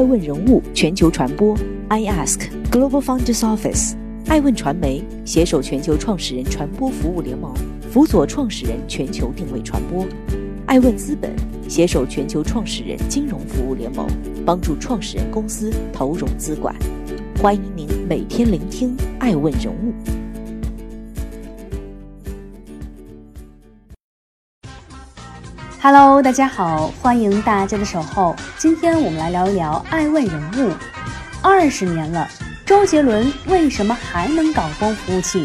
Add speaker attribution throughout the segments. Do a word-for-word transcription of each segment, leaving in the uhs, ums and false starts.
Speaker 1: 爱问人物全球传播 I Ask Global Founders Office， 爱问传媒携手全球创始人传播服务联盟，辅佐创始人全球定位传播。爱问资本携手全球创始人金融服务联盟，帮助创始人公司投融资管。欢迎您每天聆听爱问人物。
Speaker 2: Hello， 大家好，欢迎大家的守候。今天我们来聊一聊爱问人物。二十年了，周杰伦为什么还能搞崩服务器？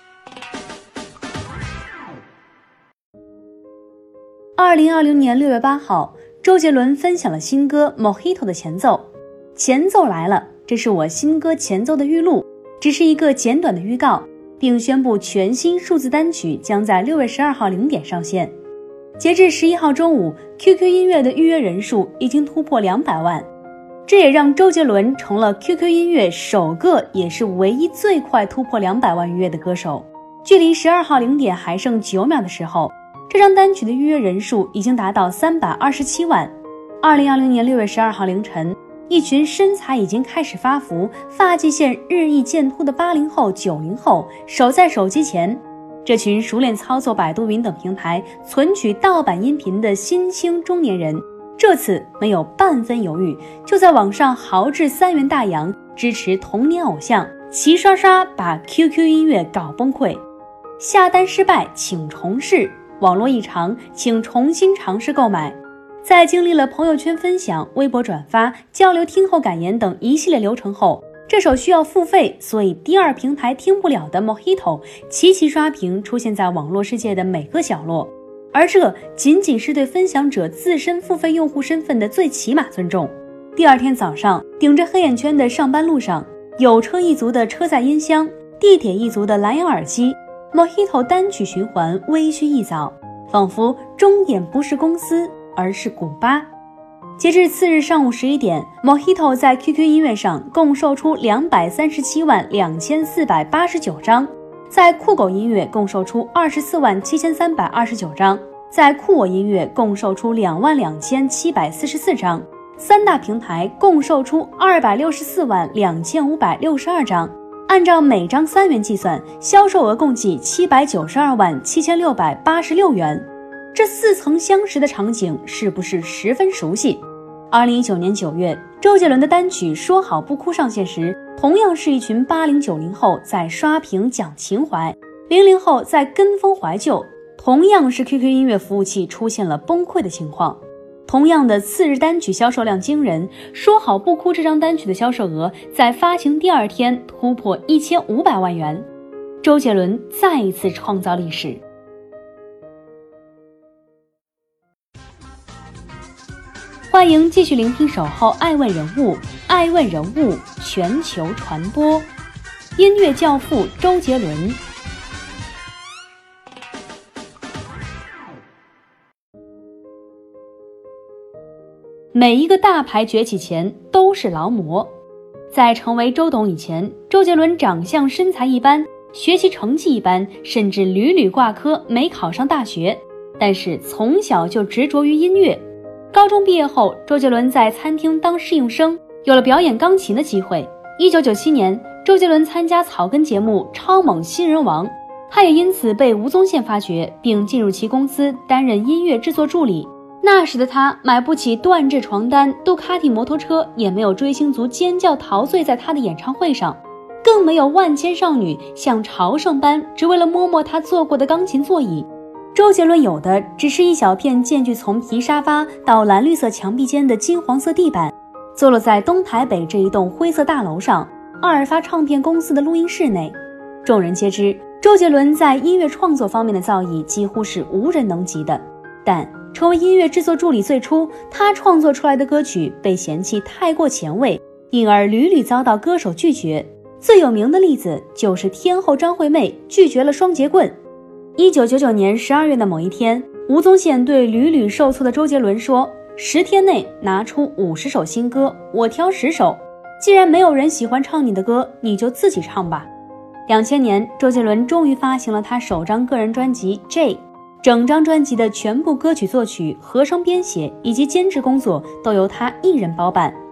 Speaker 2: 二零二零年六月八号，周杰伦分享了新歌 Mojito 的前奏。前奏来了，这是我新歌前奏的预录，只是一个简短的预告，并宣布全新数字单曲将在六月十二号零点上线。截至十一号中午 ，Q Q 音乐的预约人数已经突破两百万，这也让周杰伦成了 Q Q 音乐首个也是唯一最快突破两百万预约的歌手。距离十二号零点还剩九秒的时候，这张单曲的预约人数已经达到三百二十七万。二零二零年六月十二号凌晨，一群身材已经开始发福、发际线日益渐凸的八零后、九零后守在手机前。这群熟练操作百度云等平台存取盗版音频的新兴中年人，这次没有半分犹豫，就在网上豪掷三元大洋支持童年偶像，齐刷刷把 Q Q 音乐搞崩溃。下单失败请重试，网络异常请重新尝试购买。在经历了朋友圈分享、微博转发、交流听后感言等一系列流程后，这首需要付费，所以第二平台听不了的 Mojito 齐齐刷屏出现在网络世界的每个角落，而这仅仅是对分享者自身付费用户身份的最起码尊重。第二天早上，顶着黑眼圈的上班路上，有车一族的车载音箱，地铁一族的蓝牙耳机， Mojito 单曲循环微醺一早，仿佛终点不是公司，而是古巴。截至次日上午十一点 ，Mojito 在 Q Q 音乐上共售出两百三十七万两千四百八十九张，在酷狗音乐共售出二十四万七千三百二十九张，在酷我音乐共售出两万两千七百四十四张，三大平台共售出二百六十四万两千五百六十二张。按照每张三元计算，销售额共计七百九十二万七千六百八十六元。这似曾相识的场景是不是十分熟悉？二零一九年九月，周杰伦的单曲《说好不哭》上线时，同样是一群八零九零后在刷屏讲情怀，零零后在跟风怀旧，同样是 Q Q 音乐服务器出现了崩溃的情况。同样的次日单曲销售量惊人，《说好不哭》这张单曲的销售额在发行第二天突破一千五百万元，周杰伦再一次创造历史。欢迎继续聆听守候爱问人物，爱问人物全球传播。音乐教父周杰伦。每一个大牌崛起前都是劳模。在成为周董以前，周杰伦长相身材一般，学习成绩一般，甚至屡屡挂科没考上大学，但是从小就执着于音乐。高中毕业后，周杰伦在餐厅当侍应生，有了表演钢琴的机会。一九九七年，周杰伦参加草根节目《超猛新人王》，他也因此被吴宗宪发掘，并进入其公司担任音乐制作助理。那时的他买不起缎制床单、杜卡迪摩托车，也没有追星族尖叫陶醉在他的演唱会上，更没有万千少女像朝圣般只为了摸摸他坐过的钢琴座椅。周杰伦有的只是一小片间距从皮沙发到蓝绿色墙壁间的金黄色地板，坐落在东台北这一栋灰色大楼上，阿尔发唱片公司的录音室内。众人皆知，周杰伦在音乐创作方面的造诣几乎是无人能及的，但成为音乐制作助理最初，他创作出来的歌曲被嫌弃太过前卫，因而屡屡遭到歌手拒绝。最有名的例子就是天后张惠妹拒绝了双截棍。一九九九年十二月的某一天，吴宗宪对屡屡受挫的周杰伦说，十天内拿出五十首新歌，我挑十首，既然没有人喜欢唱你的歌，你就自己唱吧。两千年，周杰伦终于发行了他首张个人专辑 J， 整张专辑的全部歌曲作曲、和声编写以及监制工作都由他一人包办。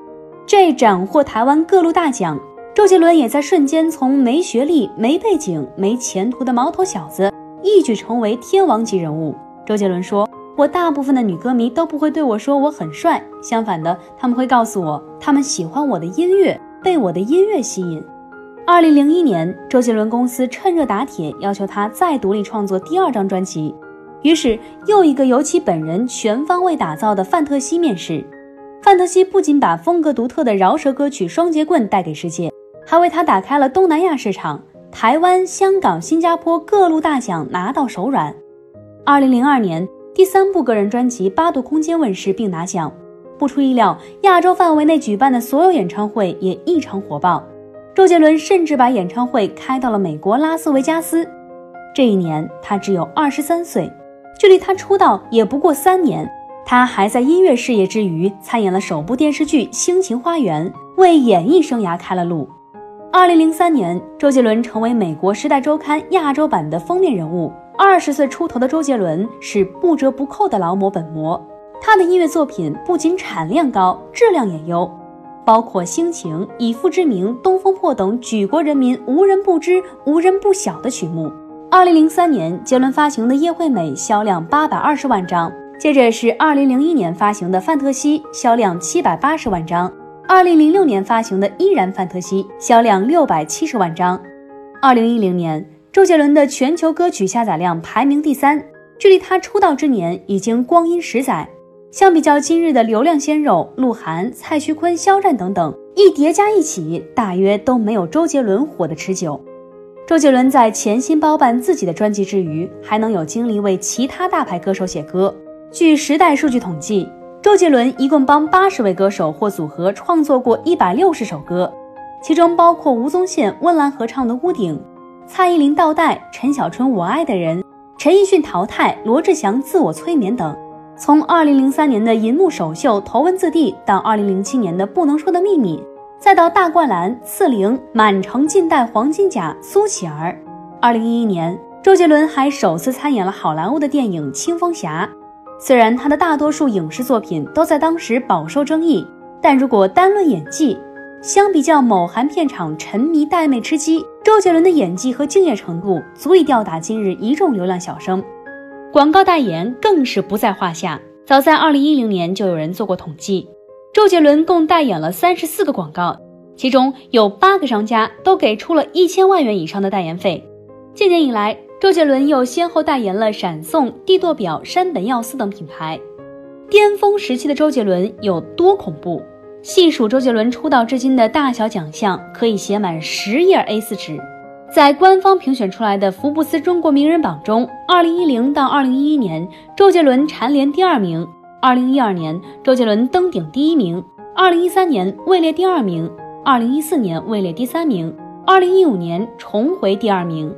Speaker 2: 这斩获台湾各路大奖，周杰伦也在瞬间从没学历、没背景、没前途的毛头小子一举成为天王级人物。周杰伦说，我大部分的女歌迷都不会对我说我很帅，相反的，他们会告诉我他们喜欢我的音乐，被我的音乐吸引。二零零一年，周杰伦公司趁热打铁，要求他再独立创作第二张专辑。于是又一个由其本人全方位打造的范特西面世。范特西不仅把风格独特的饶舌歌曲《双截棍》带给世界，还为他打开了东南亚市场，台湾、香港、新加坡各路大奖拿到手软。二零零二年，第三部个人专辑《八度空间》问世并拿奖。不出意料，亚洲范围内举办的所有演唱会也异常火爆。周杰伦甚至把演唱会开到了美国拉斯维加斯。这一年他只有二十三岁，距离他出道也不过三年。他还在音乐事业之余参演了首部电视剧《星情花园》，为演艺生涯开了路。二零零三年，周杰伦成为美国《时代周刊》亚洲版的封面人物。二十岁出头的周杰伦是不折不扣的劳模本魔，他的音乐作品不仅产量高，质量也优，包括《心情》、《以父之名》、《东风破》等举国人民无人不知、无人不晓的曲目。二零零三年，杰伦发行的《叶惠美》销量八百二十万张，接着是二零零一年发行的《范特西》，销量七百八十万张。二零零六年发行的《依然范特西》，销量六百七十万张。二零一零年，周杰伦的全球歌曲下载量排名第三，距离他出道之年已经光阴十载。相比较今日的流量鲜肉鹿晗、蔡徐坤、肖战等等，一叠加一起，大约都没有周杰伦火得持久。周杰伦在潜心包办自己的专辑之余，还能有精力为其他大牌歌手写歌。据时代数据统计，周杰伦一共帮八十位歌手或组合创作过一百六十首歌，其中包括吴宗宪、温岚合唱的《屋顶》，蔡依林《倒带》，陈小春《我爱的人》，陈奕迅《淘汰》，罗志祥《自我催眠》等。从二零零三年的银幕首秀《头文字 D》到二零零七年的《不能说的秘密》，再到大灌篮、刺陵、满城尽带黄金甲、苏乞儿。二零一一年，周杰伦还首次参演了好莱坞的电影《青蜂侠》。虽然他的大多数影视作品都在当时饱受争议，但如果单论演技，相比较某韩片场沉迷带妹吃鸡，周杰伦的演技和敬业程度足以吊打今日一众流量小生。广告代言更是不在话下，早在二零一零年就有人做过统计，周杰伦共代言了三十四个广告，其中有八个商家都给出了一千万元以上的代言费。近年以来，周杰伦又先后代言了闪送、帝舵表、山本耀司等品牌。巅峰时期的周杰伦有多恐怖？细数周杰伦出道至今的大小奖项，可以写满十页 A 四 纸。在官方评选出来的福布斯中国名人榜中，二零一零到二零一一年，周杰伦蝉联第二名；二零一二年，周杰伦登顶第一名；二零一三年位列第二名；二零一四年位列第三名；二零一五年重回第二名。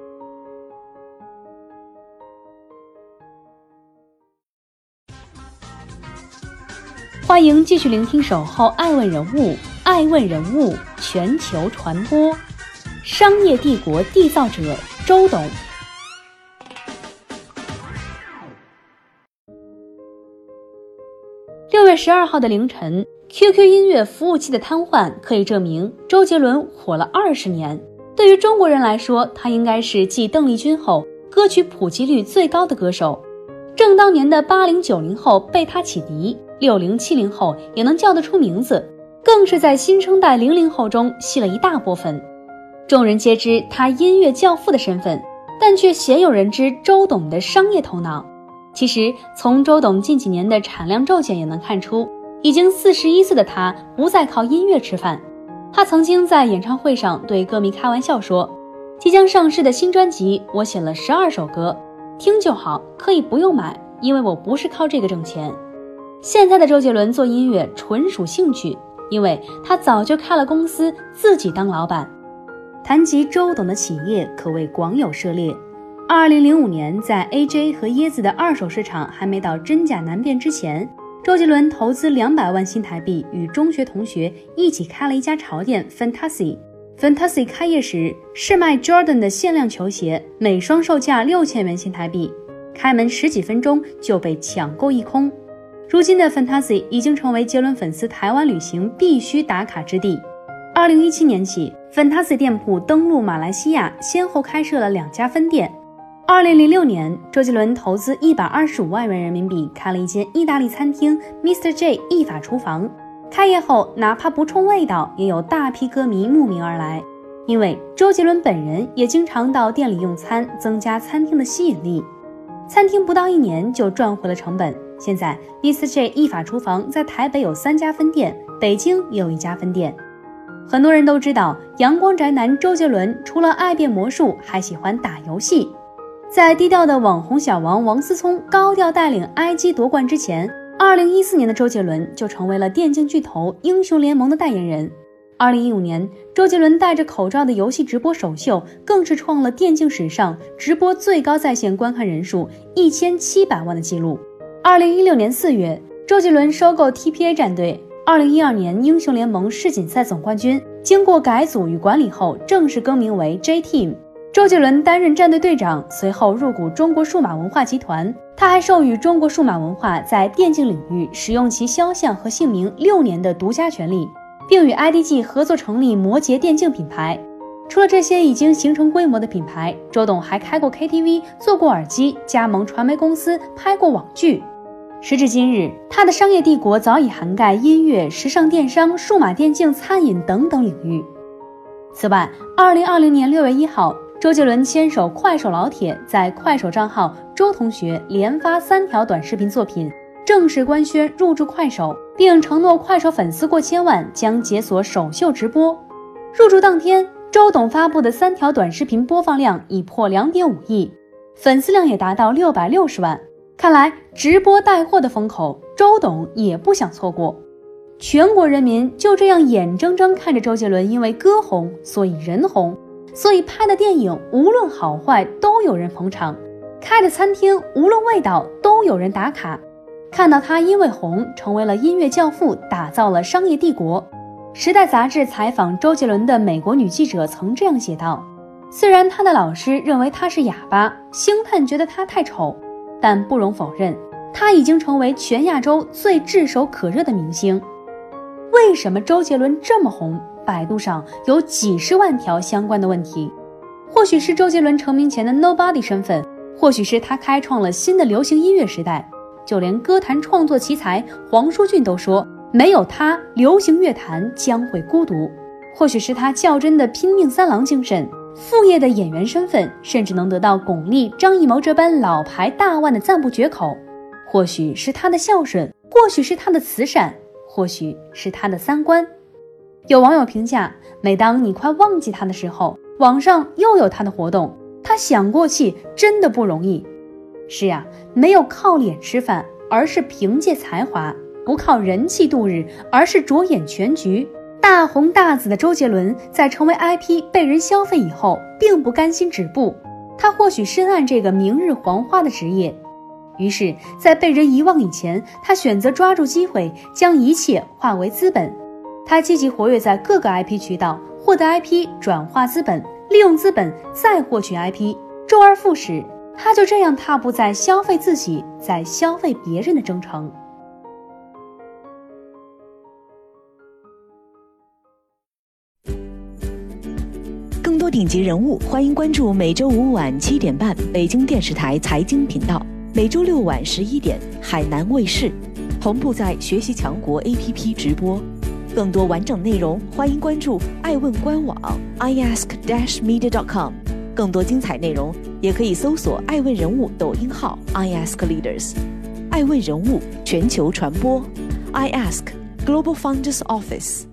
Speaker 2: 欢迎继续聆听《守候爱问人物》，爱问人物全球传播，商业帝国缔造者周董。六月十二号的凌晨 ，Q Q 音乐服务器的瘫痪可以证明周杰伦火了二十年。对于中国人来说，他应该是继邓丽君后歌曲普及率最高的歌手。正当年的八零九零后被他启迪，六零七零后也能叫得出名字，更是在新生代零零后中吸了一大波粉。众人皆知他音乐教父的身份，但却鲜有人知周董的商业头脑。其实从周董近几年的产量骤减也能看出，已经四十一岁的他不再靠音乐吃饭。他曾经在演唱会上对歌迷开玩笑说，即将上市的新专辑我写了十二首歌，听就好，可以不用买，因为我不是靠这个挣钱。现在的周杰伦做音乐纯属兴趣，因为他早就开了公司，自己当老板。谈及周董的企业可谓广有涉猎。二零零五年，在 A J 和椰子的二手市场还没到真假难辨之前，周杰伦投资两百万新台币，与中学同学一起开了一家潮店 Fantasy。Fantasy 开业时是卖 Jordan 的限量球鞋，每双售价六千元新台币，开门十几分钟就被抢购一空。 如今的 Fantasy 已经成为杰伦粉丝台湾旅行必须打卡之地。二零一七年起 ，Fantasy 店铺登陆马来西亚，先后开设了两家分店。二零零六年，周杰伦投资一百二十五万元人民币开了一间意大利餐厅 Mister J 意法厨房。开业后，哪怕不冲味道，也有大批歌迷慕名而来。因为周杰伦本人也经常到店里用餐，增加餐厅的吸引力。餐厅不到一年就赚回了成本。现在 Mister J 意法厨房在台北有三家分店，北京也有一家分店。很多人都知道，阳光宅男周杰伦除了爱变魔术，还喜欢打游戏。在低调的网红小王王思聪高调带领 I G 夺冠之前，二零一四年的周杰伦就成为了电竞巨头英雄联盟的代言人。二零一五年，周杰伦戴着口罩的游戏直播首秀，更是创了电竞史上直播最高在线观看人数一千七百万的记录。二零一六年四月，周杰伦收购 T P A 战队。二零一二年英雄联盟世锦赛总冠军，经过改组与管理后，正式更名为 J Team。周杰伦担任战队队长，随后入股中国数码文化集团。他还授予中国数码文化在电竞领域使用其肖像和姓名六年的独家权利，并与 I D G 合作成立摩羯电竞品牌。除了这些已经形成规模的品牌，周董还开过 K T V， 做过耳机，加盟传媒公司，拍过网剧。时至今日，他的商业帝国早已涵盖音乐、时尚电商、数码电竞、餐饮等等领域。此外，二零二零年六月一号，周杰伦牵手快手老铁，在快手账号周同学连发三条短视频作品，正式官宣入驻快手，并承诺快手粉丝过千万将解锁首秀直播。入驻当天，周董发布的三条短视频播放量已破 两点五亿，粉丝量也达到六百六十万。看来直播带货的风口，周董也不想错过。全国人民就这样眼睁睁看着周杰伦因为歌红，所以人红，所以拍的电影无论好坏都有人捧场，开的餐厅无论味道都有人打卡。看到他因为红成为了音乐教父，打造了商业帝国。时代杂志采访周杰伦的美国女记者曾这样写道：虽然他的老师认为他是哑巴，星探觉得他太丑，但不容否认，他已经成为全亚洲最炙手可热的明星。为什么周杰伦这么红？百度上有几十万条相关的问题。或许是周杰伦成名前的 Nobody 身份，或许是他开创了新的流行音乐时代。就连歌坛创作奇才黄舒骏都说，没有他，流行乐坛将会孤独。或许是他较真的拼命三郎精神，副业的演员身份，甚至能得到巩俐、张艺谋这般老牌大腕的赞不绝口。或许是他的孝顺，或许是他的慈善，或许是他的三观。有网友评价，每当你快忘记他的时候，网上又有他的活动，他想过气真的不容易。是呀，没有靠脸吃饭，而是凭借才华；不靠人气度日，而是着眼全局。大红大紫的周杰伦在成为 I P 被人消费以后，并不甘心止步，他或许深谙这个明日黄花的职业，于是在被人遗忘以前，他选择抓住机会，将一切化为资本。他积极活跃在各个 I P 渠道，获得 I P 转化资本，利用资本再获取 I P， 周而复始。他就这样踏步在消费自己，在消费别人的征程。
Speaker 1: 更多顶级人物，欢迎关注每周五晚七点半北京电视台财经频道，每周六晚十一点海南卫视，同步在学习强国 A P P 直播。更多完整内容，欢迎关注爱问官网 i ask dash media dot com。更多精彩内容，也可以搜索爱问人物抖音号 I ask leaders。爱问人物全球传播 I ask Global Founders Office。